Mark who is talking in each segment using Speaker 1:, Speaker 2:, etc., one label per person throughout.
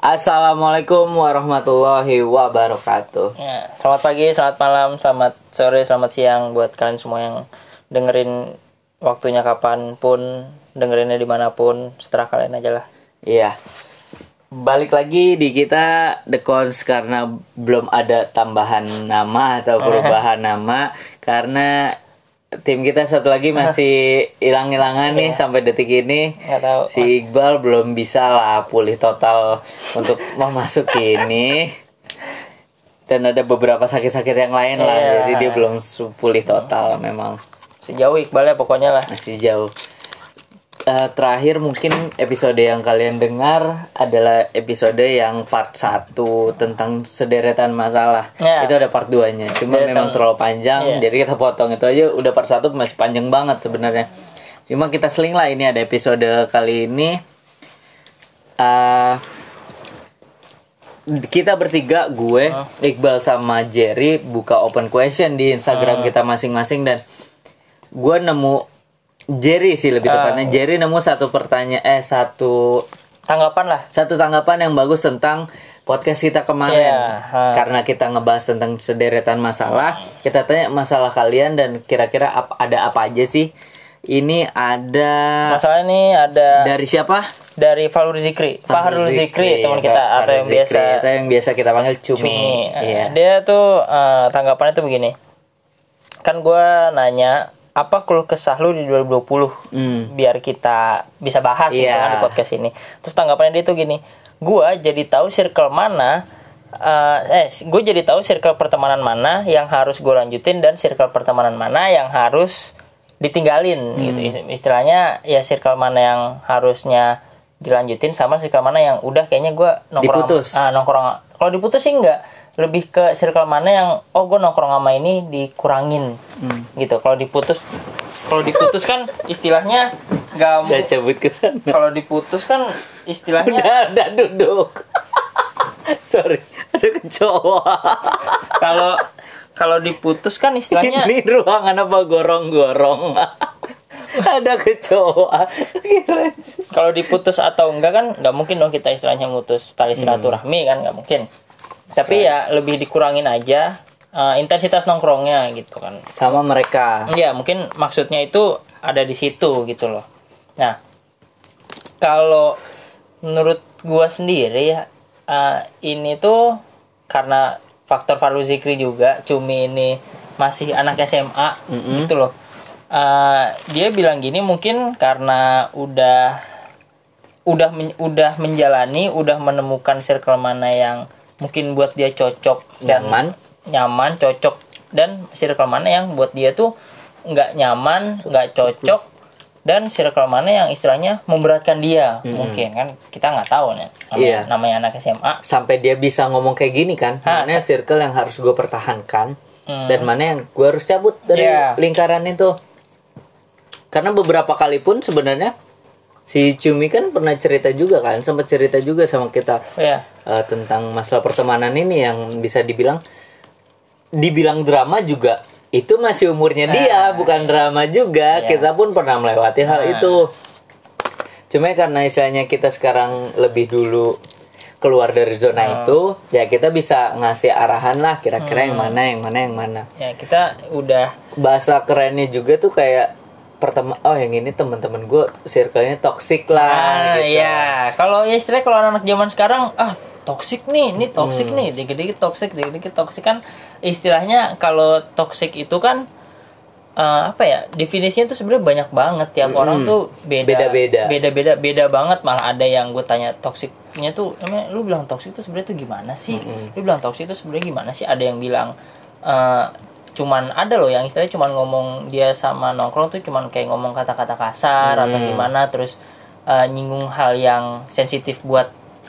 Speaker 1: Assalamualaikum warahmatullahi wabarakatuh.
Speaker 2: Ya, selamat pagi, selamat malam, selamat sore, selamat siang buat kalian semua yang dengerin waktunya kapanpun, dengerinnya dimanapun, seterah kalian aja lah.
Speaker 1: Iya. Balik lagi di kita The Cons karena belum ada tambahan nama atau perubahan nama karena tim kita satu lagi masih hilang-hilangan nih sampai detik ini.
Speaker 2: Nggak tahu,
Speaker 1: si Iqbal belum bisa lah pulih total untuk memasuki ini. Dan ada beberapa sakit-sakit yang lain lah, jadi dia belum pulih total memang.
Speaker 2: Sejauh Iqbal ya pokoknya lah.
Speaker 1: Masih jauh. Terakhir mungkin episode yang kalian dengar adalah episode yang part 1 tentang sederetan masalah. Itu ada part 2-nya. Cuma memang terlalu panjang, jadi kita potong itu aja. Udah part 1 masih panjang banget sebenarnya. Cuma kita seling lah, ini ada episode kali ini. Kita bertiga, gue, Iqbal sama Jerry buka open question di Instagram kita masing-masing, dan gue nemu Jerry sih lebih tepatnya. Jerry nemu satu tanggapan yang bagus tentang podcast kita kemarin. Karena kita ngebahas tentang sederetan masalah, kita tanya masalah kalian dan kira-kira ada apa aja sih. Ini ada
Speaker 2: masalah ini ada
Speaker 1: dari siapa?
Speaker 2: Dari Fahrul Zikri teman kita atau yang biasa
Speaker 1: kita panggil Cumi.
Speaker 2: Dia tuh tanggapannya tuh begini. Kan gue nanya, apa keluh kesah lu di 2020 biar kita bisa bahas gitu kan di podcast ini. Terus tanggapannya dia tuh gini, gue jadi tahu circle pertemanan mana yang harus gue lanjutin dan circle pertemanan mana yang harus ditinggalin gitu. Istilahnya ya circle mana yang harusnya dilanjutin sama circle mana yang udah kayaknya gue nongkrong. Kalau diputus sih enggak, lebih ke circle mana yang gue nongkrong sama ini dikurangin gitu. Kalau diputus kan istilahnya nggak
Speaker 1: cabut ke sana.
Speaker 2: Kalau diputus kan istilahnya
Speaker 1: udah duduk. Sorry, ada kecoa.
Speaker 2: Kalau diputus kan istilahnya
Speaker 1: ini ruangan apa gorong-gorong. Ada kecoa.
Speaker 2: Kalau diputus atau enggak kan nggak mungkin dong kita istilahnya mutus tali silaturahmi kan, nggak mungkin. Tapi ya lebih dikurangin aja intensitas nongkrongnya gitu kan.
Speaker 1: Sama mereka.
Speaker 2: Iya, mungkin maksudnya itu ada di situ gitu loh. Nah, kalau menurut gua sendiri ini tuh karena faktor Fahrul Zikri juga. Cumi ini masih anak SMA gitu loh. Dia bilang gini, mungkin karena udah menjalani, udah menemukan circle mana yang mungkin buat dia cocok dan nyaman, cocok, dan circle mana yang buat dia tuh nggak nyaman, nggak cocok, dan circle mana yang istilahnya memberatkan dia. Mungkin kan kita nggak tahu nih namanya anak SMA
Speaker 1: sampai dia bisa ngomong kayak gini kan. Mana circle yang harus gue pertahankan dan mana yang gue harus cabut dari lingkaran itu. Karena beberapa kali pun sebenarnya si Cumi kan pernah sempat cerita juga sama kita tentang masalah pertemanan ini yang bisa dibilang drama juga. Itu masih umurnya dia, bukan drama juga. Kita pun pernah melewati hal itu. Cuma karena istilahnya kita sekarang lebih dulu keluar dari zona itu, ya kita bisa ngasih arahan lah kira-kira yang mana.
Speaker 2: Ya, kita udah
Speaker 1: bahasa kerennya juga tuh kayak yang ini teman-teman gue circle-nya toksik lah gitu.
Speaker 2: Iya, kalau ya istilahnya kalau anak zaman sekarang toksik nih, ini toksik nih, dikit-dikit toksik kan istilahnya. Kalau toksik itu kan definisinya tuh sebenarnya banyak banget. Tiap orang tuh beda banget. Malah ada yang gue tanya toksiknya tuh, emang lu bilang toksik tuh sebenarnya tuh gimana sih? Lu bilang toksik tuh sebenarnya gimana sih? Ada yang bilang cuman ada loh yang istilahnya cuman ngomong dia sama nongkrong tuh cuman kayak ngomong kata-kata kasar atau gimana, terus nyinggung hal yang sensitif buat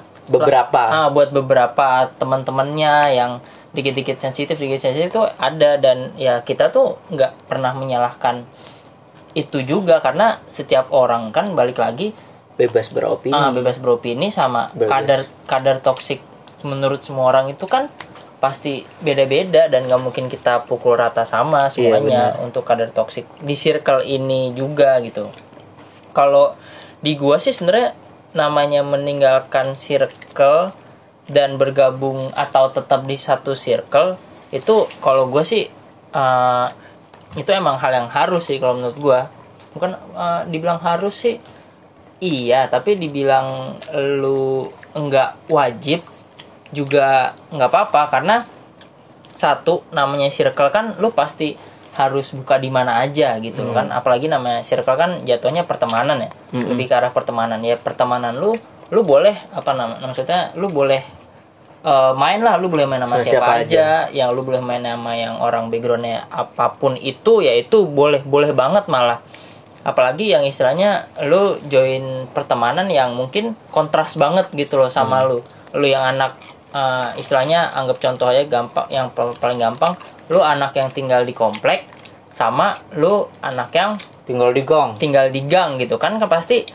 Speaker 2: beberapa teman-temannya yang dikit-dikit sensitif tuh ada. Dan ya kita tuh nggak pernah menyalahkan itu juga, karena setiap orang kan balik lagi
Speaker 1: bebas beropini
Speaker 2: sama kadar toksik menurut semua orang itu kan pasti beda-beda dan nggak mungkin kita pukul rata sama semuanya untuk kadar toksik di circle ini juga gitu. Kalau di gua sih sebenarnya namanya meninggalkan circle dan bergabung atau tetap di satu circle itu kalau gue sih itu emang hal yang harus sih kalau menurut gue. Bukan dibilang harus sih iya, tapi dibilang lu enggak wajib juga nggak apa-apa, karena satu namanya circle kan lu pasti harus buka di mana aja gitu kan, apalagi namanya circle kan jatuhnya pertemanan ya, lebih ke arah pertemanan ya. Pertemanan lu boleh maksudnya lu boleh main lah, lu boleh main sama siapa aja, yang lu boleh main sama yang orang backgroundnya apapun itu, ya itu boleh banget malah. Apalagi yang istilahnya lu join pertemanan yang mungkin kontras banget gitu loh sama lu yang anak istilahnya anggap contoh aja gampang, yang paling gampang, lu anak yang tinggal di komplek sama lu anak yang
Speaker 1: tinggal di gang
Speaker 2: gitu kan pasti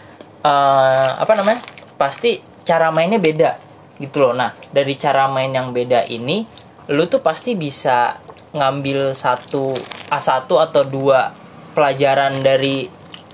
Speaker 2: pasti cara mainnya beda gitu loh. Nah dari cara main yang beda ini lu tuh pasti bisa ngambil satu atau dua pelajaran dari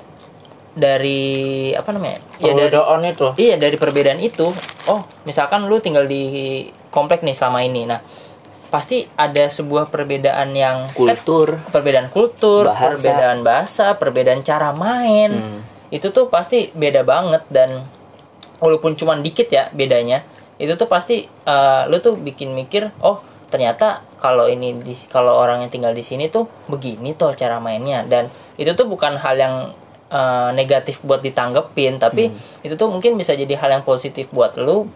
Speaker 1: perbedaan itu.
Speaker 2: Iya, dari perbedaan itu. Oh, misalkan lu tinggal di komplek nih selama ini. Nah, pasti ada sebuah perbedaan yang perbedaan kultur, perbedaan bahasa, perbedaan cara main. Itu tuh pasti beda banget, dan walaupun cuma dikit ya bedanya, itu tuh pasti lu tuh bikin mikir, oh, ternyata kalau orang yang tinggal di sini tuh begini tuh cara mainnya. Dan itu tuh bukan hal yang negatif buat ditanggepin, tapi itu tuh mungkin bisa jadi hal yang positif buat lu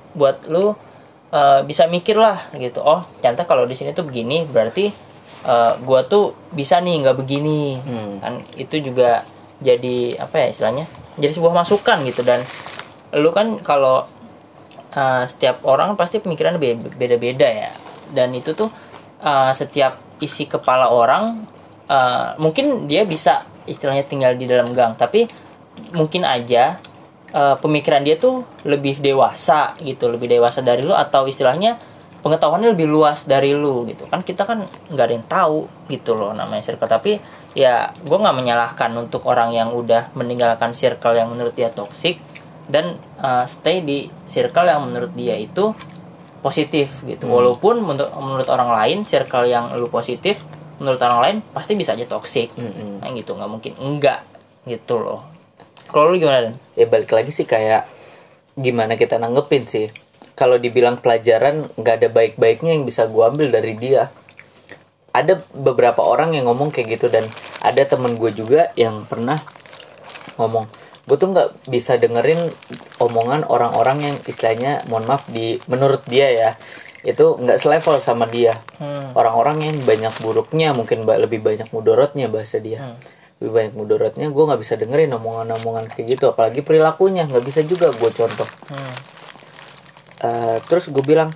Speaker 2: bisa mikir lah gitu. Oh, ternyata kalau di sini tuh begini, berarti gua tuh bisa nih nggak begini. Kan itu juga jadi istilahnya jadi sebuah masukan gitu. Dan lu kan kalau setiap orang pasti pemikirannya beda-beda ya, dan itu tuh setiap isi kepala orang mungkin dia bisa istilahnya tinggal di dalam gang, tapi mungkin aja pemikiran dia tuh lebih dewasa gitu, lebih dewasa dari lu, atau istilahnya pengetahuannya lebih luas dari lu gitu kan. Kita kan nggak ada yang tahu gitu loh namanya circle. Tapi ya gue nggak menyalahkan untuk orang yang udah meninggalkan circle yang menurut dia toksik dan stay di circle yang menurut dia itu positif gitu. Walaupun menurut orang lain circle yang lu positif, menurut orang lain pasti bisa aja toksik. Nah gitu, nggak mungkin enggak gitu loh. Kalau lu gimana, Dan?
Speaker 1: Ya balik lagi sih kayak gimana kita nanggepin sih. Kalau dibilang pelajaran nggak ada baik-baiknya yang bisa gue ambil dari dia. Ada beberapa orang yang ngomong kayak gitu, dan ada temen gue juga yang pernah ngomong, gue tuh nggak bisa dengerin omongan orang-orang yang istilahnya, mohon maaf, menurut dia ya itu nggak selevel sama dia. Orang-orang yang banyak buruknya, mungkin lebih banyak mudorotnya, bahasa dia lebih banyak mudorotnya, gue nggak bisa dengerin omongan-omongan kayak gitu, apalagi perilakunya nggak bisa juga gue contoh. Terus gue bilang,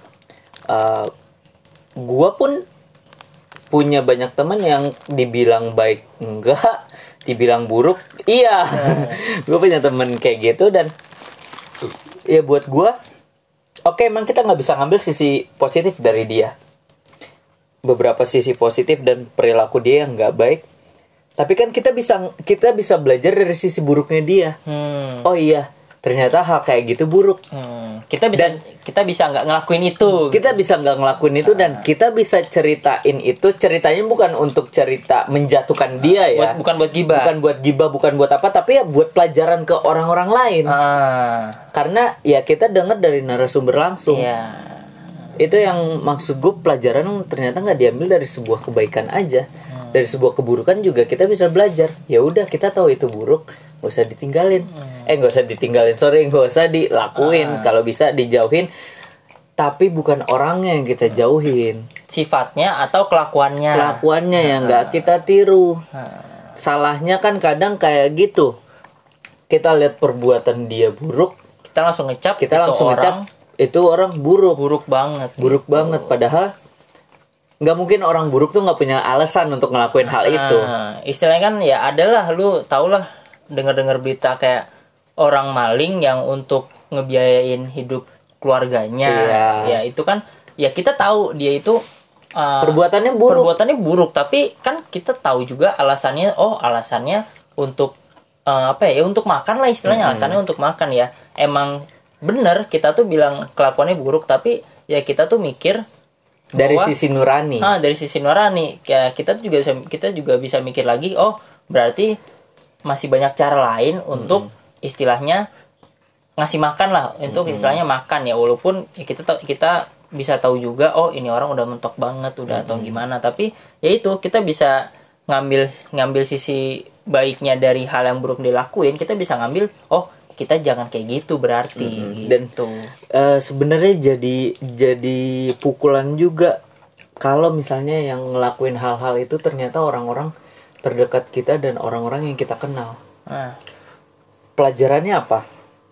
Speaker 1: gue pun punya banyak teman yang dibilang baik enggak, dibilang buruk iya. Gue punya teman kayak gitu, dan ya buat gue oke, emang kita nggak bisa ngambil sisi positif dari dia, beberapa sisi positif dan perilaku dia yang nggak baik. Tapi kan kita bisa belajar dari sisi buruknya dia. Oh iya, ternyata hal kayak gitu buruk.
Speaker 2: Kita bisa nggak ngelakuin itu.
Speaker 1: Kita bisa nggak ngelakuin itu, dan kita bisa ceritain itu. Ceritanya bukan untuk cerita menjatuhkan dia ya.
Speaker 2: Bukan buat gibah.
Speaker 1: Bukan buat apa, tapi ya buat pelajaran ke orang-orang lain. Karena ya kita dengar dari narasumber langsung. Itu yang maksud gue, pelajaran ternyata nggak diambil dari sebuah kebaikan aja. Dari sebuah keburukan juga kita bisa belajar. Ya udah, kita tahu itu buruk, nggak usah ditinggalin. Nggak usah dilakuin. Kalau bisa dijauhin. Tapi bukan orangnya yang kita jauhin,
Speaker 2: sifatnya atau kelakuannya
Speaker 1: yang nggak kita tiru. Salahnya kan kadang kayak gitu, kita lihat perbuatan dia buruk,
Speaker 2: kita langsung ngecap
Speaker 1: itu orang buruk
Speaker 2: banget,
Speaker 1: padahal nggak mungkin orang buruk tuh nggak punya alasan untuk ngelakuin hal itu.
Speaker 2: Istilahnya kan ya adalah, lu tau lah, dengar berita kayak orang maling yang untuk ngebiayain hidup keluarganya. Ya itu kan ya kita tahu dia itu
Speaker 1: perbuatannya
Speaker 2: buruk, tapi kan kita tahu juga alasannya untuk untuk makan lah istilahnya. Alasannya untuk makan ya. Emang bener kita tuh bilang kelakuannya buruk, tapi ya kita tuh mikir
Speaker 1: dari
Speaker 2: bahwa,
Speaker 1: sisi nurani.
Speaker 2: Dari sisi nurani. Ya, kita juga bisa mikir lagi, oh berarti masih banyak cara lain untuk istilahnya ngasih makan lah, untuk istilahnya makan ya, walaupun ya kita bisa tahu juga oh ini orang udah mentok banget udah atau gimana, tapi ya itu kita bisa ngambil sisi baiknya dari hal yang buruk dilakuin, kita bisa ngambil oh kita jangan kayak gitu berarti gitu.
Speaker 1: Dan sebenarnya jadi pukulan juga kalau misalnya yang ngelakuin hal-hal itu ternyata orang-orang terdekat kita dan orang-orang yang kita kenal. Pelajarannya apa?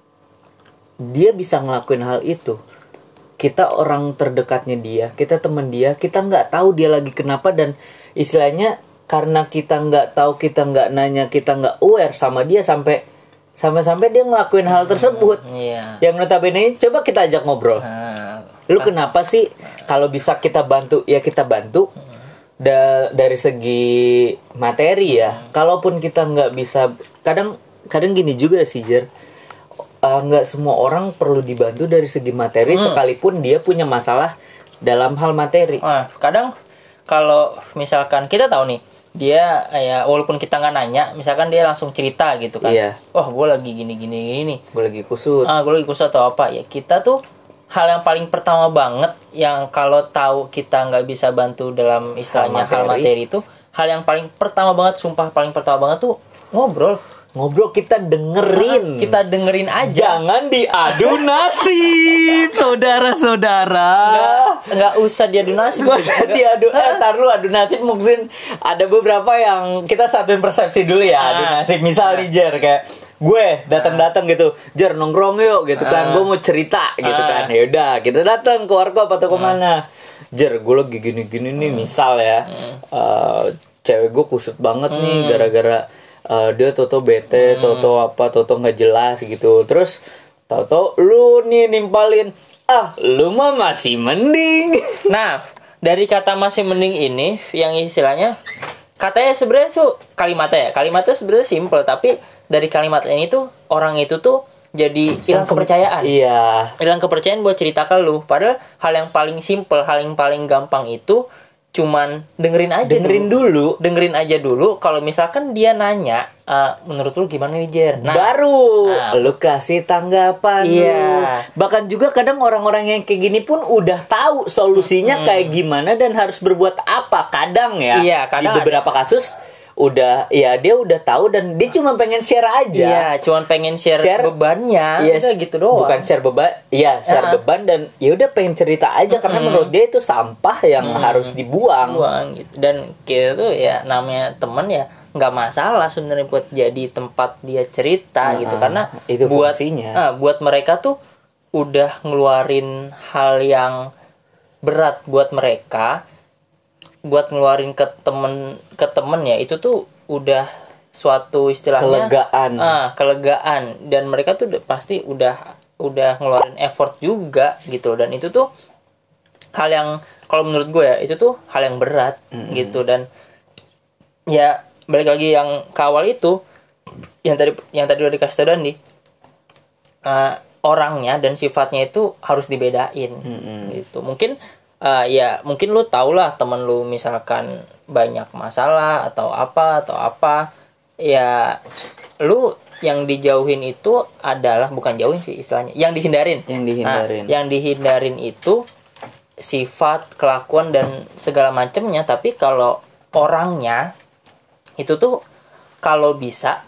Speaker 1: Dia bisa ngelakuin hal itu, kita orang terdekatnya dia, kita teman dia, kita nggak tahu dia lagi kenapa, dan istilahnya karena kita nggak tahu, kita nggak nanya, kita nggak aware sama dia sampai dia ngelakuin hal tersebut. Yang notabene coba kita ajak ngobrol. Lu kenapa sih? Kalau bisa kita bantu ya kita bantu. Dari segi materi ya. Kalaupun kita nggak bisa, kadang gini juga sih Jer. Nggak semua orang perlu dibantu dari segi materi sekalipun dia punya masalah dalam hal materi.
Speaker 2: Kadang kalau misalkan kita tahu nih dia ya walaupun kita nggak nanya, misalkan dia langsung cerita gitu kan. Oh gue lagi gini nih.
Speaker 1: Gue lagi kusut.
Speaker 2: Gue lagi kusut atau apa ya, kita tuh hal yang paling pertama banget yang kalau tahu kita nggak bisa bantu dalam istilahnya hal materi itu, hal yang paling pertama banget, sumpah paling pertama banget tuh ngobrol, kita dengerin aja, jangan diadu nasib.
Speaker 1: Saudara-saudara,
Speaker 2: nggak usah diadu nasib.
Speaker 1: Adu nasib mungkin ada beberapa yang kita satuin persepsi dulu ya. Adu nasib misal nih Jer, kayak gue datang gitu, Jer nongkrong yuk gitu kan, gue mau cerita gitu kan, ya udah kita datang ke warkop atau kemana, Jer gue lagi gini nih misal ya, cewek gue kusut banget nih gara-gara dia toto bete, toto nggak jelas gitu. Terus toto lu nih nimpalin, lu mah masih mending.
Speaker 2: Nah dari kata masih mending ini yang istilahnya katanya sebenarnya tuh kalimatnya sebenarnya simple, tapi dari kalimat ini tuh orang itu tuh jadi hilang kepercayaan. Hilang kepercayaan buat cerita ke lu. Padahal hal yang paling simple, hal yang paling gampang itu cuman dengerin aja dulu. Kalau misalkan dia nanya, menurut lu gimana nih Jer?
Speaker 1: Baru lu kasih tanggapan lu. Bahkan juga kadang orang-orang yang kayak gini pun udah tahu solusinya kayak gimana dan harus berbuat apa. Kadang ya,
Speaker 2: kadang
Speaker 1: di beberapa kasus dia udah tahu dan dia cuma pengen share aja.
Speaker 2: Cuma pengen share bebannya. Udah gitu doang.
Speaker 1: Bukan share beban, share beban dan ya udah pengen cerita aja karena menurut dia itu sampah yang harus dibuang
Speaker 2: gitu. Dan kita tuh ya namanya teman ya nggak masalah sebenarnya buat jadi tempat dia cerita gitu, karena
Speaker 1: itu fungsinya.
Speaker 2: Buat mereka tuh udah ngeluarin hal yang berat buat mereka, buat ngeluarin ke temen ya, itu tuh udah suatu istilahnya kelegaan, dan mereka tuh pasti udah ngeluarin effort juga gitu, dan itu tuh hal yang kalau menurut gue ya itu tuh hal yang berat gitu. Dan ya balik lagi yang ke awal itu yang tadi udah dikasih tau Dandi, orangnya dan sifatnya itu harus dibedain gitu. Mungkin mungkin lu tau lah temen lu misalkan banyak masalah atau apa ya, lu yang dijauhin itu adalah, bukan jauhin sih istilahnya, yang dihindarin. Yang dihindarin itu sifat, kelakuan dan segala macamnya. Tapi kalau orangnya itu tuh kalau bisa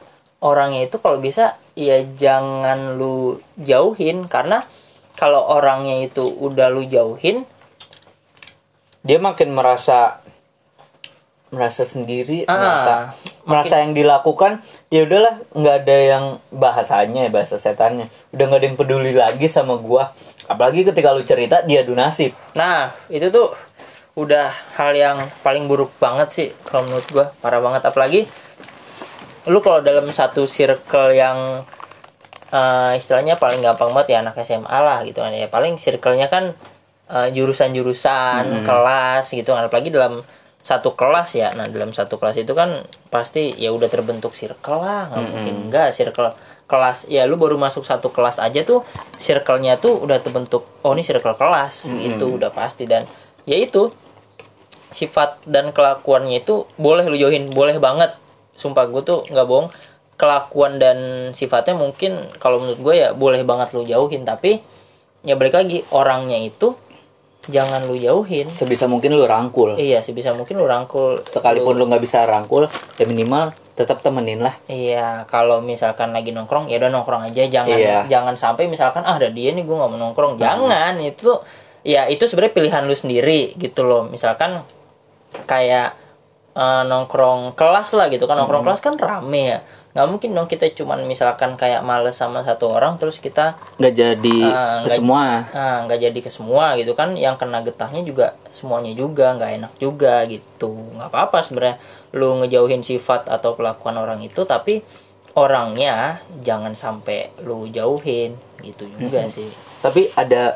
Speaker 2: ya jangan lu jauhin, karena kalau orangnya itu udah lu jauhin,
Speaker 1: dia makin merasa sendiri, merasa yang dilakukan ya udahlah, nggak ada yang bahasa setannya, udah nggak ada yang peduli lagi sama gua. Apalagi ketika lu cerita dia adu nasib.
Speaker 2: Nah itu tuh udah hal yang paling buruk banget sih kalau menurut gua, parah banget. Apalagi lu kalau dalam satu circle yang istilahnya paling gampang banget ya anak SMA lah gitu kan ya, paling circle-nya kan jurusan-jurusan kelas gitu kan, apalagi dalam satu kelas ya. Nah dalam satu kelas itu kan pasti ya udah terbentuk circle lah, nggak mungkin enggak circle kelas, ya lu baru masuk satu kelas aja tuh circle-nya tuh udah terbentuk. Oh, ini circle kelas gitu udah pasti. Dan ya itu sifat dan kelakuannya itu boleh lu jauhin, boleh banget. Sumpah gue tuh nggak bohong, kelakuan dan sifatnya mungkin kalau menurut gue ya boleh banget lu jauhin, tapi ya balik lagi orangnya itu jangan lu jauhin.
Speaker 1: Sebisa mungkin lu rangkul.
Speaker 2: Iya, sebisa mungkin lu rangkul.
Speaker 1: Sekalipun lu nggak bisa rangkul, ya minimal tetap temenin lah.
Speaker 2: Iya, kalau misalkan lagi nongkrong ya udah nongkrong aja, jangan sampai misalkan ada dia nih gue nggak mau nongkrong. Jangan, itu ya itu sebenarnya pilihan lu sendiri gitu loh. Misalkan kayak nongkrong kelas lah gitu kan, nongkrong kelas kan rame ya. Nggak mungkin dong kita cuman misalkan kayak males sama satu orang terus kita
Speaker 1: nggak jadi ke semua.
Speaker 2: Nggak jadi ke semua gitu kan, yang kena getahnya juga semuanya juga, nggak enak juga gitu. Nggak apa-apa sebenarnya lu ngejauhin sifat atau kelakuan orang itu, tapi orangnya jangan sampai lu jauhin gitu juga sih.
Speaker 1: Tapi ada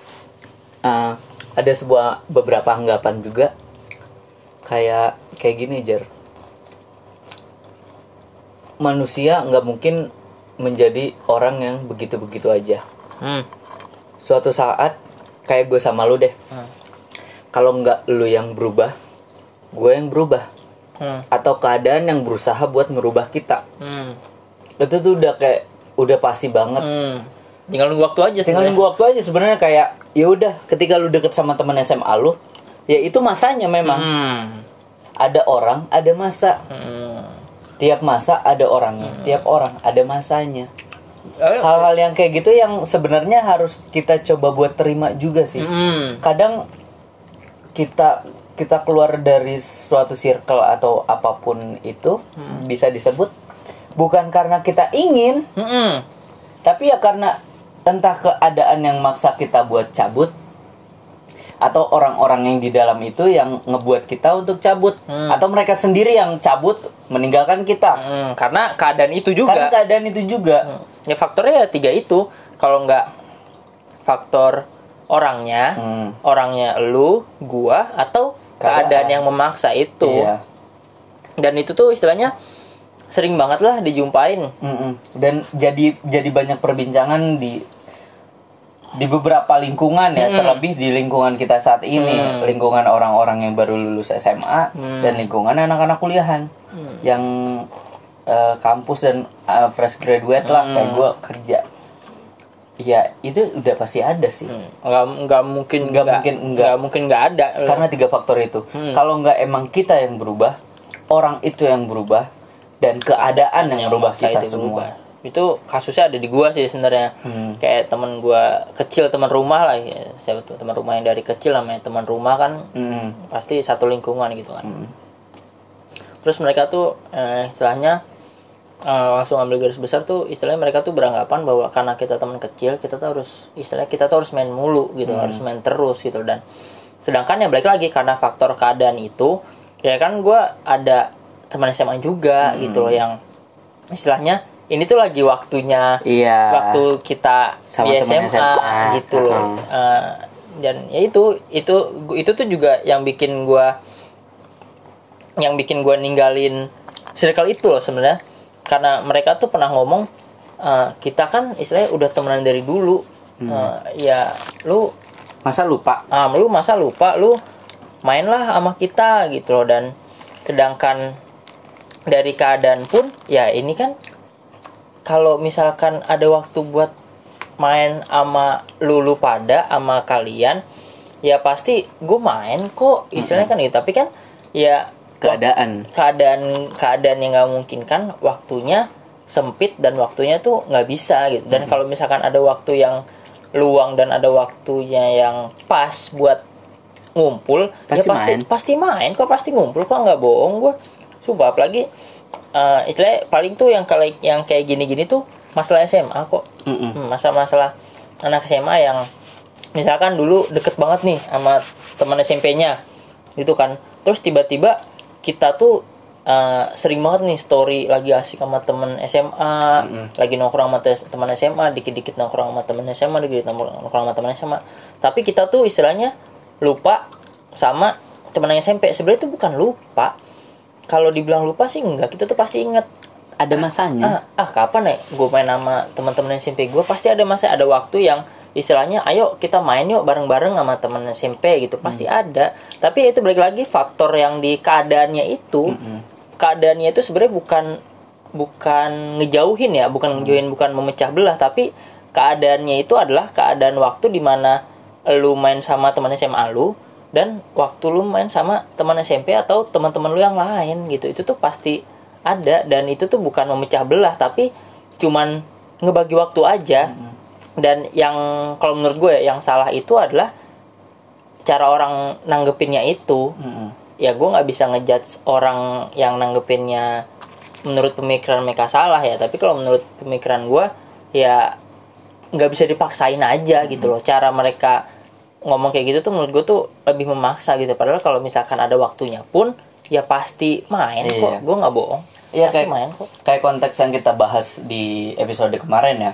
Speaker 1: sebuah beberapa anggapan juga kayak gini, Jer. Manusia nggak mungkin menjadi orang yang begitu-begitu aja. Suatu saat kayak gue sama lu deh. Kalau nggak lu yang berubah, gue yang berubah. Atau keadaan yang berusaha buat ngerubah kita. Itu tuh udah pasti banget.
Speaker 2: Tinggal nunggu waktu aja.
Speaker 1: Sebenarnya kayak ya udah, ketika lu deket sama teman SMA lu, ya itu masanya memang. Ada orang, ada masa. Tiap masa ada orangnya, tiap orang ada masanya. Hal-hal yang kayak gitu yang sebenarnya harus kita coba buat terima juga sih. Kadang kita keluar dari suatu circle atau apapun itu, bisa disebut bukan karena kita ingin, tapi ya karena entah keadaan yang maksa kita buat cabut, atau orang-orang yang di dalam itu yang ngebuat kita untuk cabut, atau mereka sendiri yang cabut meninggalkan kita.
Speaker 2: Karena keadaan itu juga.
Speaker 1: Ya
Speaker 2: faktornya ya 3 itu. Kalau nggak faktor orangnya, lu, gua, atau keadaan yang memaksa itu.
Speaker 1: Iya.
Speaker 2: Dan itu tuh istilahnya sering banget lah dijumpain.
Speaker 1: Dan jadi banyak perbincangan di beberapa lingkungan ya, terlebih di lingkungan kita saat ini, lingkungan orang-orang yang baru lulus SMA dan lingkungan anak-anak kuliahan yang kampus dan fresh graduate lah, kayak gue kerja. Ya itu udah pasti ada sih.
Speaker 2: Nggak mungkin nggak ada.
Speaker 1: Karena 3 faktor itu. Kalau nggak emang kita yang berubah, orang itu yang berubah, dan keadaan yang berubah kita semua.
Speaker 2: Itu kasusnya ada di gua sih sebenarnya. Kayak teman gua kecil, teman rumah lah ya. Siapa tuh teman rumah yang dari kecil, namanya teman rumah kan. Pasti satu lingkungan gitu kan. Terus mereka tuh istilahnya langsung ambil garis besar tuh, istilahnya mereka tuh beranggapan bahwa karena kita teman kecil, kita tuh harus main mulu gitu, harus main terus gitu. Dan sedangkan ya balik lagi karena faktor keadaan itu, ya kan gua ada teman SMA juga gitu loh, yang istilahnya ini tuh lagi waktunya, waktu kita sama di SMA gitu loh. Dan ya itu tuh juga yang bikin gua ninggalin circle itu loh sebenarnya. Karena mereka tuh pernah ngomong, kita kan istilahnya udah temenan dari dulu. Ya lu
Speaker 1: masa lupa?
Speaker 2: Lu mainlah sama kita gitu loh. Dan sedangkan dari keadaan pun ya ini kan, kalau misalkan ada waktu buat main sama lu pada sama kalian, ya pasti gue main kok istilahnya kan gitu. Tapi kan ya keadaan yang nggak mungkin kan, waktunya sempit dan waktunya tuh nggak bisa gitu. Dan kalau misalkan ada waktu yang luang dan ada waktunya yang pas buat ngumpul, pasti main kok, pasti ngumpul kok, nggak bohong gue. Sumpah, apalagi istilahnya paling tuh yang kayak gini-gini tuh masalah SMA kok. Masalah anak SMA yang misalkan dulu deket banget nih sama teman SMP-nya gitu kan, terus tiba-tiba kita tuh sering banget nih story lagi asik sama teman SMA, lagi nongkrong sama teman SMA, dikit-dikit nongkrong sama teman SMA, dikit nongkrong sama teman SMA, tapi kita tuh istilahnya lupa sama teman SMP. Sebenarnya itu bukan lupa. Kalau dibilang lupa sih enggak, kita tuh pasti inget
Speaker 1: ada masanya.
Speaker 2: Kapan ya gue main sama teman-teman SMP gue, pasti ada masa, ada waktu yang istilahnya ayo kita main yuk bareng-bareng sama teman SMP gitu, pasti ada. Tapi itu balik lagi faktor yang di keadaannya itu. Keadaannya itu sebenarnya bukan ngejauhin ya, bukan ngejauhin, bukan memecah belah, tapi keadaannya itu adalah keadaan waktu di mana lu main sama teman SMA lu dan waktu lu main sama teman SMP atau teman-teman lu yang lain gitu. Itu tuh pasti ada, dan itu tuh bukan memecah belah tapi cuman ngebagi waktu aja. Dan yang kalau menurut gue yang salah itu adalah cara orang nanggepinnya itu. Ya gue nggak bisa ngejudge orang yang nanggepinnya menurut pemikiran mereka salah ya, tapi kalau menurut pemikiran gue ya nggak bisa dipaksain aja gitu loh. Cara mereka ngomong kayak gitu tuh menurut gue tuh lebih memaksa gitu, padahal kalau misalkan ada waktunya pun ya pasti main kok. Gue nggak bohong,
Speaker 1: pasti main kok. Kayak konteks yang kita bahas di episode kemarin ya.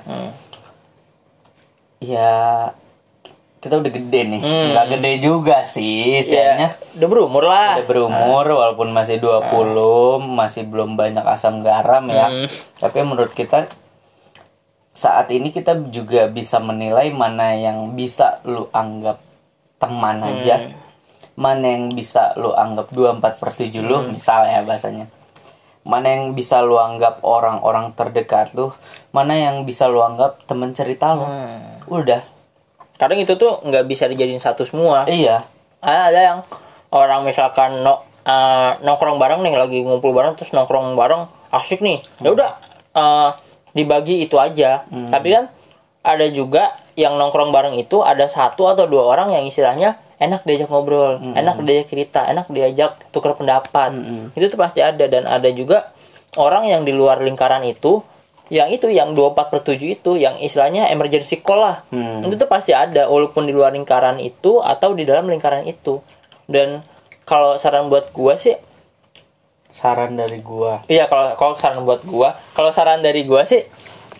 Speaker 1: Ya kita udah gede nih. Nggak gede juga sih istilahnya.
Speaker 2: Udah berumur lah.
Speaker 1: Udah berumur walaupun masih 20, masih belum banyak asam garam ya. Tapi menurut kita saat ini kita juga bisa menilai mana yang bisa lu anggap teman aja, mana yang bisa lu anggap 24/7 lu misalnya bahasanya, mana yang bisa lu anggap orang-orang terdekat lu, mana yang bisa lu anggap teman cerita lu. Udah.
Speaker 2: Kadang itu tuh nggak bisa dijadiin satu semua.
Speaker 1: Iya.
Speaker 2: Ada yang orang misalkan nongkrong bareng nih, lagi ngumpul bareng terus nongkrong bareng asik nih, ya udah dibagi itu aja. Tapi kan ada juga yang nongkrong bareng itu ada 1 atau 2 orang yang istilahnya enak diajak ngobrol, enak diajak cerita, enak diajak tukar pendapat. Itu tuh pasti ada. Dan ada juga orang yang di luar lingkaran itu yang 24/7 itu yang istilahnya emergency call lah. Itu tuh pasti ada walaupun di luar lingkaran itu atau di dalam lingkaran itu. Dan kalau saran buat gua sih,
Speaker 1: saran dari gua.
Speaker 2: Iya, kalau saran buat gua, kalau saran dari gua sih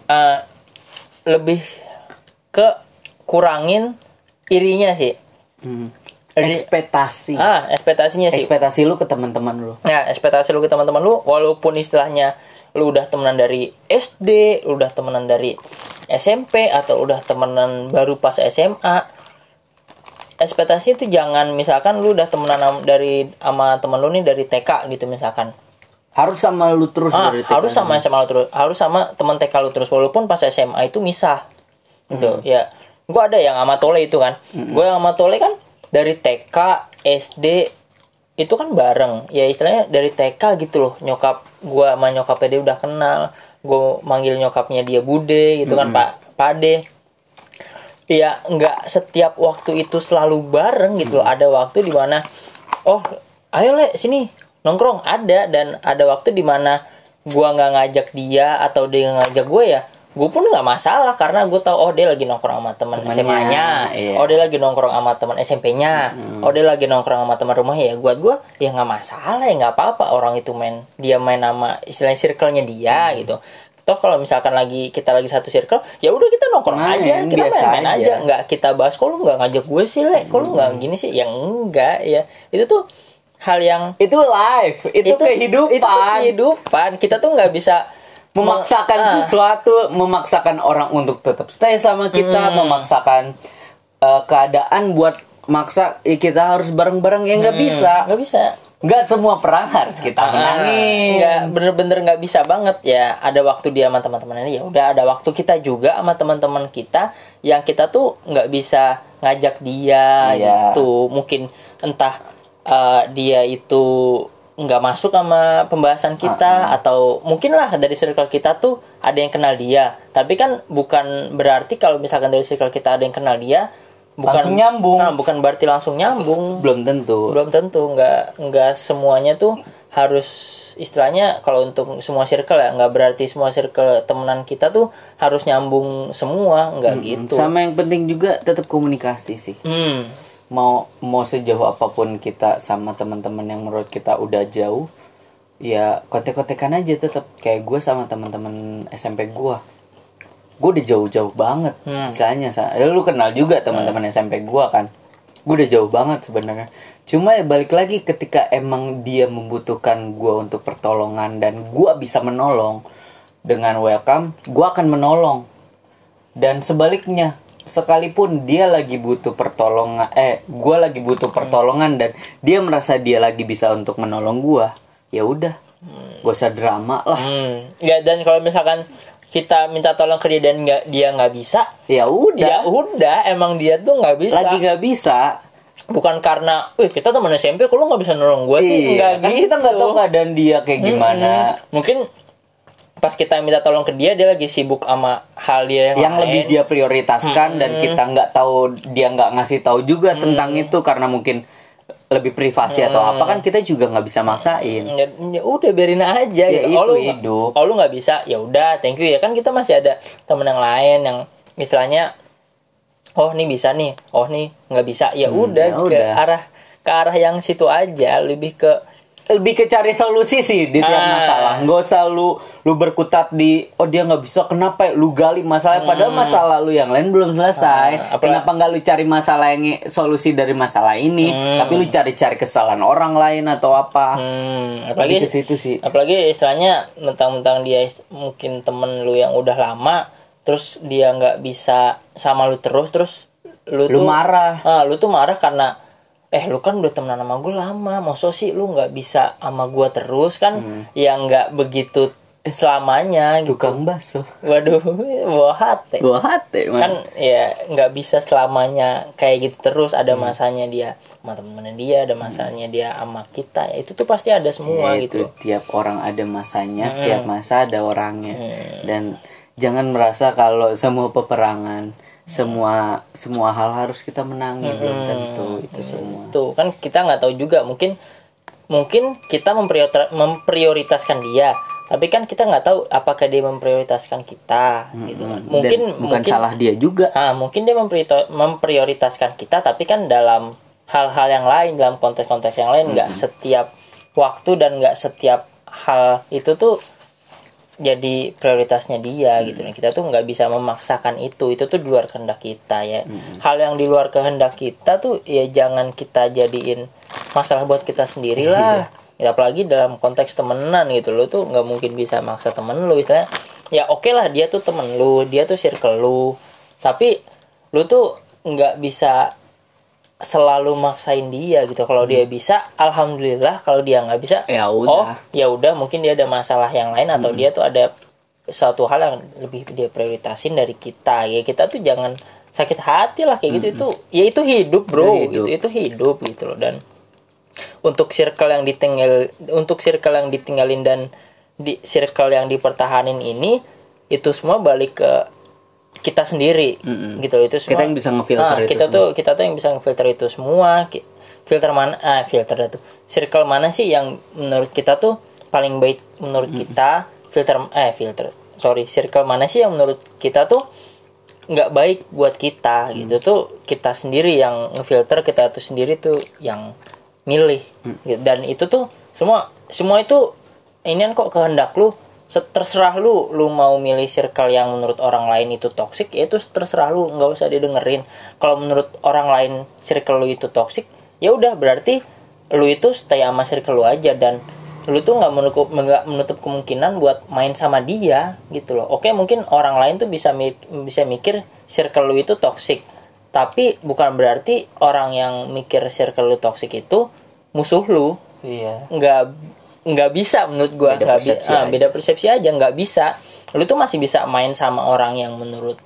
Speaker 2: lebih ke kurangin irinya sih.
Speaker 1: Ekspektasi.
Speaker 2: Ekspektasinya sih.
Speaker 1: Ekspektasi lu ke teman-teman lu.
Speaker 2: Ya, ekspektasi lu ke teman-teman lu walaupun istilahnya lu udah temenan dari SD, lu udah temenan dari SMP atau udah temenan baru pas SMA. Ekspektasi itu jangan misalkan lu udah temenan sama temen lu nih dari TK gitu misalkan.
Speaker 1: Harus sama lu terus dari TK.
Speaker 2: Harus sama SMA lu terus. Harus sama teman TK lu terus walaupun pas SMA itu misah. Gitu. Ya. Gua ada yang sama Tole itu kan. Gua yang sama Tole kan dari TK, SD itu kan bareng. Ya istilahnya dari TK gitu loh. Nyokap gua sama nyokapnya dia udah kenal. Gua manggil nyokapnya dia Bude gitu kan, Pak Pade. Ya nggak setiap waktu itu selalu bareng gitu loh. Ada waktu di mana ayo Le sini nongkrong, ada. Dan ada waktu di mana gua nggak ngajak dia atau dia nggak ngajak gue, ya gue pun nggak masalah karena gue tahu dia lagi nongkrong sama teman SMA-nya,
Speaker 1: iya.
Speaker 2: dia lagi nongkrong sama teman SMP-nya, dia lagi nongkrong sama teman rumahnya. Ya buat gue ya nggak masalah, ya nggak apa-apa orang itu main sama istilahnya circle-nya dia gitu. Toh kalau misalkan kita lagi satu circle, ya udah kita nongkrong aja, kita main aja, nggak kita bahas. Kalau nggak ngajak gue sih Le, kalau nggak gini sih, ya enggak ya. Itu tuh hal yang
Speaker 1: itu life, itu
Speaker 2: kehidupan. Kita tuh nggak bisa
Speaker 1: memaksakan sesuatu, memaksakan orang untuk tetap stay sama kita, memaksakan keadaan buat maksa kita harus bareng-bareng, ya nggak bisa. Nggak semua perang harus kita menangin.
Speaker 2: Nggak, bener-bener nggak bisa banget ya. Ada waktu dia sama teman-temannya, ya udah ada waktu kita juga sama teman-teman kita yang kita tuh nggak bisa ngajak dia gitu. Mungkin entah dia itu nggak masuk sama pembahasan kita, atau mungkin lah dari circle kita tuh ada yang kenal dia. Tapi kan bukan berarti kalau misalkan dari circle kita ada yang kenal dia
Speaker 1: langsung nyambung.
Speaker 2: Bukan berarti langsung nyambung.
Speaker 1: Belum tentu.
Speaker 2: Nggak semuanya tuh harus istilahnya, kalau untuk semua circle ya, nggak berarti semua circle temenan kita tuh harus nyambung semua, nggak gitu.
Speaker 1: Sama yang penting juga tetap komunikasi sih. Mau sejauh apapun kita sama teman-teman yang menurut kita udah jauh, ya kontek-kontekan aja tetap. Kayak gue sama teman-teman SMP gue udah jauh-jauh banget istilahnya. Lu kenal juga teman-teman SMP gue kan, gue udah jauh banget sebenarnya. Cuma ya balik lagi, ketika emang dia membutuhkan gue untuk pertolongan dan gue bisa menolong, dengan welcome, gue akan menolong. Dan sebaliknya, sekalipun dia lagi butuh pertolongan, gue lagi butuh pertolongan dan dia merasa dia lagi bisa untuk menolong gue, ya udah, gak usah drama lah.
Speaker 2: Ya, dan kalau misalkan kita minta tolong ke dia dan dia nggak bisa,
Speaker 1: ya udah,
Speaker 2: emang dia tuh nggak bisa.
Speaker 1: Lagi nggak bisa.
Speaker 2: Bukan karena, kita teman SMP, kok lu nggak bisa nolong gue sih? Enggak
Speaker 1: kan
Speaker 2: gitu.
Speaker 1: Kita nggak tahu keadaan dia kayak gimana.
Speaker 2: Mungkin pas kita minta tolong ke dia lagi sibuk sama hal dia yang lain,
Speaker 1: lebih dia prioritaskan, dan kita nggak tahu, dia nggak ngasih tahu juga tentang itu karena mungkin lebih privasi atau apa, kan kita juga nggak bisa maksain.
Speaker 2: Ya udah, biarin aja.
Speaker 1: Ya, itu hidup.
Speaker 2: Lu nggak bisa, ya udah, thank you ya, kan kita masih ada temen yang lain yang istilahnya, oh nih bisa nih, oh nih nggak bisa, ya udah, ke arah yang situ aja, lebih ke
Speaker 1: cari solusi sih di tiap masalah. Nggak usah lu berkutat di, oh dia nggak bisa, kenapa ya? Lu gali masalah, padahal masalah lu yang lain belum selesai. Kenapa nggak lu cari masalah yang solusi dari masalah ini, tapi lu cari kesalahan orang lain atau apa?
Speaker 2: Apalagi
Speaker 1: ke situ sih.
Speaker 2: Apalagi istilahnya mentang-mentang dia mungkin temen lu yang udah lama, terus dia nggak bisa sama lu terus lu tuh
Speaker 1: marah.
Speaker 2: Lu tuh marah karena lu kan udah temenan sama gue lama, maksud sih lu nggak bisa sama gue terus kan? Ya nggak begitu selamanya gitu.
Speaker 1: Tukang bakso.
Speaker 2: Waduh, buah hati
Speaker 1: man.
Speaker 2: Kan ya nggak bisa selamanya kayak gitu terus. Ada masanya dia sama temen-temen dia, ada masanya dia sama kita. Ya, itu tuh pasti ada semua
Speaker 1: ya,
Speaker 2: gitu.
Speaker 1: Tiap orang ada masanya, tiap masa ada orangnya. Dan jangan merasa kalau semua peperangan, semua hal harus kita menangi. Belum tentu itu semua.
Speaker 2: Tuh kan kita nggak tahu juga, mungkin kita memprioritaskan dia, tapi kan kita nggak tahu apakah dia memprioritaskan kita gitu kan. Mungkin
Speaker 1: salah dia juga.
Speaker 2: Mungkin dia memprioritaskan kita, tapi kan dalam hal-hal yang lain, dalam konteks-konteks yang lain, nggak setiap waktu dan nggak setiap hal itu tuh jadi prioritasnya dia gitu. Nah, kita tuh nggak bisa memaksakan itu tuh di luar kehendak kita ya. Hal yang di luar kehendak kita tuh ya jangan kita jadiin masalah buat kita sendiri lah. Ya, apalagi dalam konteks temenan gitu, lo tuh nggak mungkin bisa maksa temen lu. Istilahnya ya oke lah, dia tuh temen lu, dia tuh circle lu, tapi lu tuh nggak bisa selalu maksain dia gitu. Kalau dia bisa, alhamdulillah. Kalau dia nggak bisa, ya udah, mungkin dia ada masalah yang lain, atau dia tuh ada suatu hal yang lebih dia prioritasin dari kita. Ya kita tuh jangan sakit hati lah kayak gitu. Itu hidup, bro. Itu hidup gitu loh. Dan untuk circle yang ditinggalin dan di circle yang dipertahanin ini, itu semua balik ke kita sendiri gitu. Itu semua
Speaker 1: kita yang bisa ngefilter itu
Speaker 2: kita tuh yang bisa ngefilter itu semua. Circle mana sih yang menurut kita tuh paling baik menurut kita. Circle mana sih yang menurut kita tuh nggak baik buat kita gitu. Tuh kita sendiri yang ngefilter, kita tuh sendiri tuh yang milih gitu. Dan itu tuh semua itu ini kok kehendak lu. Terserah lu mau milih circle yang menurut orang lain itu toksik, ya itu terserah lu, nggak usah didengerin. Kalau menurut orang lain circle lu itu toksik, ya udah, berarti lu itu stay sama circle lu aja, dan lu tuh nggak menutup kemungkinan buat main sama dia gitu loh. Oke, mungkin orang lain tuh bisa mikir circle lu itu toksik, tapi bukan berarti orang yang mikir circle lu toksik itu musuh lu.
Speaker 1: Iya.
Speaker 2: Nggak bisa menurut gue. Beda persepsi aja. Nggak bisa. Lu tuh masih bisa main sama orang yang menurut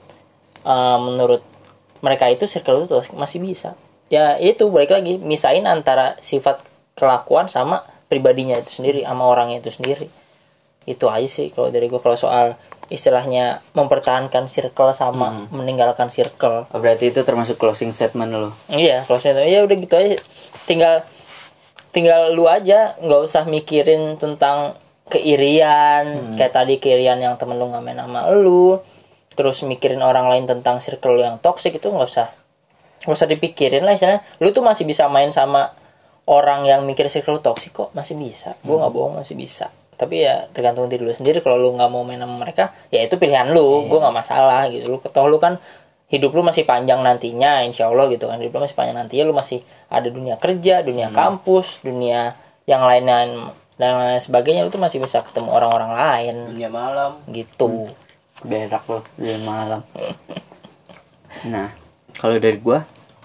Speaker 2: mereka itu circle lu tuh masih bisa. Ya itu balik lagi, misain antara sifat kelakuan sama pribadinya itu sendiri, sama orangnya itu sendiri. Itu aja sih kalau dari gue, kalau soal istilahnya mempertahankan circle sama meninggalkan circle.
Speaker 1: Berarti itu termasuk closing statement lo?
Speaker 2: Iya, closing statement. Ya udah gitu aja. Tinggal lu aja, nggak usah mikirin tentang keirian. Kayak tadi keirian yang temen lu nggak main sama lu, terus mikirin orang lain tentang circle lu yang toxic, itu nggak usah dipikirin lah. Istilahnya lu tuh masih bisa main sama orang yang mikir circle lu toxic kok, masih bisa. Gue nggak bohong, masih bisa. Tapi ya tergantung diri lu sendiri. Kalau lu nggak mau main sama mereka, ya itu pilihan lu. Gue nggak masalah gitu. Lu kan hidup lu masih panjang nantinya, insya Allah gitu kan. Hidup lu masih panjang nantinya, lu masih ada dunia kerja, dunia kampus, dunia yang dan lain sebagainya, lu tuh masih bisa ketemu orang-orang lain.
Speaker 3: Dunia malam
Speaker 2: Gitu.
Speaker 1: Berak loh di malam. Nah, kalau dari gua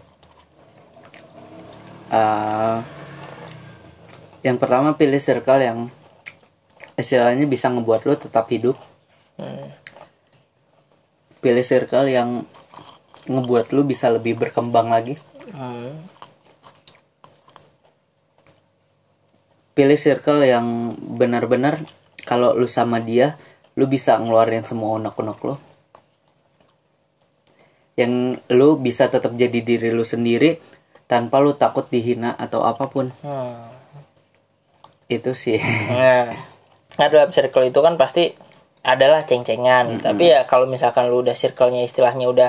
Speaker 1: yang pertama pilih circle yang istilahnya bisa ngebuat lu tetap hidup. Pilih circle yang ngebuat lu bisa lebih berkembang lagi. Pilih circle yang benar-benar kalau lu sama dia lu bisa ngeluarin semua unek-unek lu. Yang lu bisa tetap jadi diri lu sendiri tanpa lu takut dihina atau apapun. Itu sih.
Speaker 2: Nah, dalam circle itu kan pasti adalah ceng-cengan. Tapi ya kalau misalkan lu udah circle-nya istilahnya udah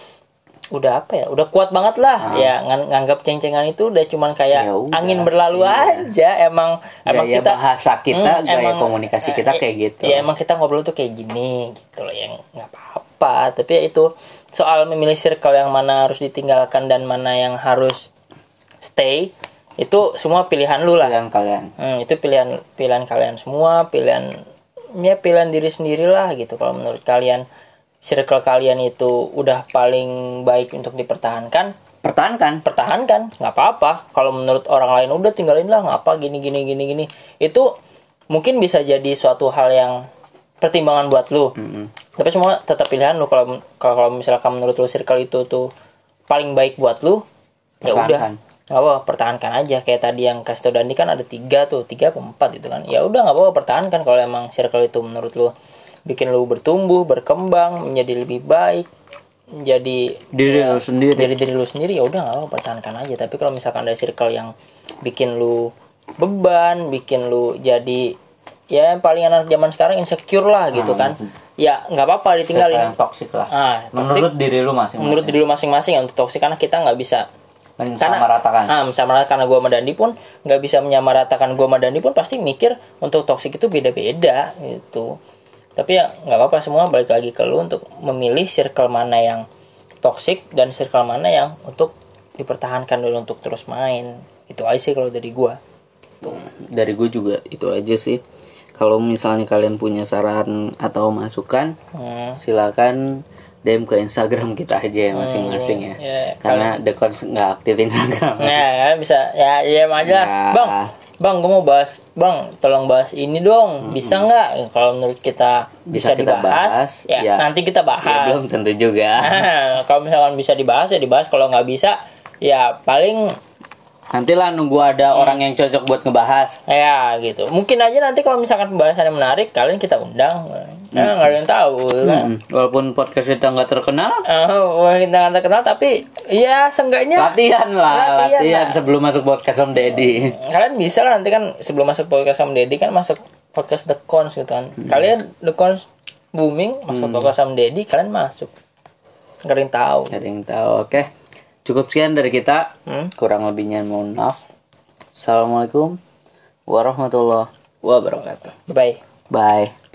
Speaker 2: apa ya? Udah kuat banget lah. Ya nganggap ceng-cengan itu udah cuman kayak angin berlalu aja. Emang
Speaker 1: gaya
Speaker 2: kita
Speaker 1: bahasa kita, gaya komunikasi kita kayak gitu.
Speaker 2: Ya emang kita ngobrol tuh kayak gini gitu loh, yang nggak apa-apa. Tapi ya itu soal memilih circle yang mana harus ditinggalkan dan mana yang harus stay, itu semua pilihan lu lah.
Speaker 1: Pilihan kalian.
Speaker 2: Itu pilihan kalian semua, pilihan diri sendiri lah gitu. Kalau menurut kalian circle kalian itu udah paling baik untuk dipertahankan, pertahankan, nggak apa-apa. Kalau menurut orang lain udah tinggalin lah, ngapa gini, itu mungkin bisa jadi suatu hal yang pertimbangan buat lu. Tapi semua tetap pilihan lu. Kalau misalkan menurut lu circle itu tuh paling baik buat lu, ya udah, nggak apa, pertahankan aja. Kayak tadi yang kasih tau Dandi kan ada 3 atau 4 gitu kan. Ya udah, nggak apa-apa, pertahankan. Kalau emang circle itu menurut lu bikin lu bertumbuh, berkembang, menjadi lebih baik, menjadi
Speaker 1: diri
Speaker 2: lu sendiri, ya udah, nggak apa, pertahankan aja. Tapi kalau misalkan ada circle yang bikin lu beban, bikin lu jadi ya paling anak zaman sekarang insecure lah gitu kan, ya nggak apa-apa, ditinggalin.
Speaker 1: Yang toksik lah.
Speaker 2: Toxic,
Speaker 1: menurut diri lu masing-masing
Speaker 2: yang toksik, karena kita nggak bisa
Speaker 1: menyamaratakan.
Speaker 2: Karena gue sama Dandi pun nggak bisa menyamaratakan. Gue sama Dandi pun pasti mikir untuk toksik itu beda-beda gitu. Tapi ya nggak apa-apa, semua balik lagi ke lu untuk memilih circle mana yang toksik dan circle mana yang untuk dipertahankan dulu untuk terus main. Itu aja sih kalau dari gue.
Speaker 1: Dari gue juga itu aja sih. Kalau misalnya kalian punya saran atau masukan, silakan DM ke Instagram kita aja masing-masing ya. Karena The Cons nggak aktif Instagram.
Speaker 2: Ya bisa ya DM aja. Bang, gue mau bahas, tolong bahas ini dong, bisa nggak? Kalau menurut kita bisa dibahas, ya nanti kita bahas.
Speaker 1: Ya, belum tentu juga.
Speaker 2: Kalau misalkan bisa dibahas ya dibahas, kalau nggak bisa ya paling
Speaker 1: nantilah nunggu ada orang yang cocok buat ngebahas.
Speaker 2: Ya gitu. Mungkin aja nanti kalau misalkan pembahasannya menarik, kalian kita undang. Nggak ada yang tahu kan.
Speaker 1: Walaupun podcast kita nggak terkenal.
Speaker 2: Kita nggak terkenal, tapi ya seenggaknya
Speaker 1: latihan sebelum masuk podcast Om Deddy.
Speaker 2: Kalian bisa lah nanti kan sebelum masuk podcast Om Deddy kan masuk podcast The Cons gitu kan. Kalian The Cons booming, masuk podcast Om Deddy, kalian masuk. Nggak ada yang tahu.
Speaker 1: Oke. Cukup sekian dari kita. Kurang lebihnya mohon maaf. Assalamualaikum warahmatullahi wabarakatuh.
Speaker 2: Bye.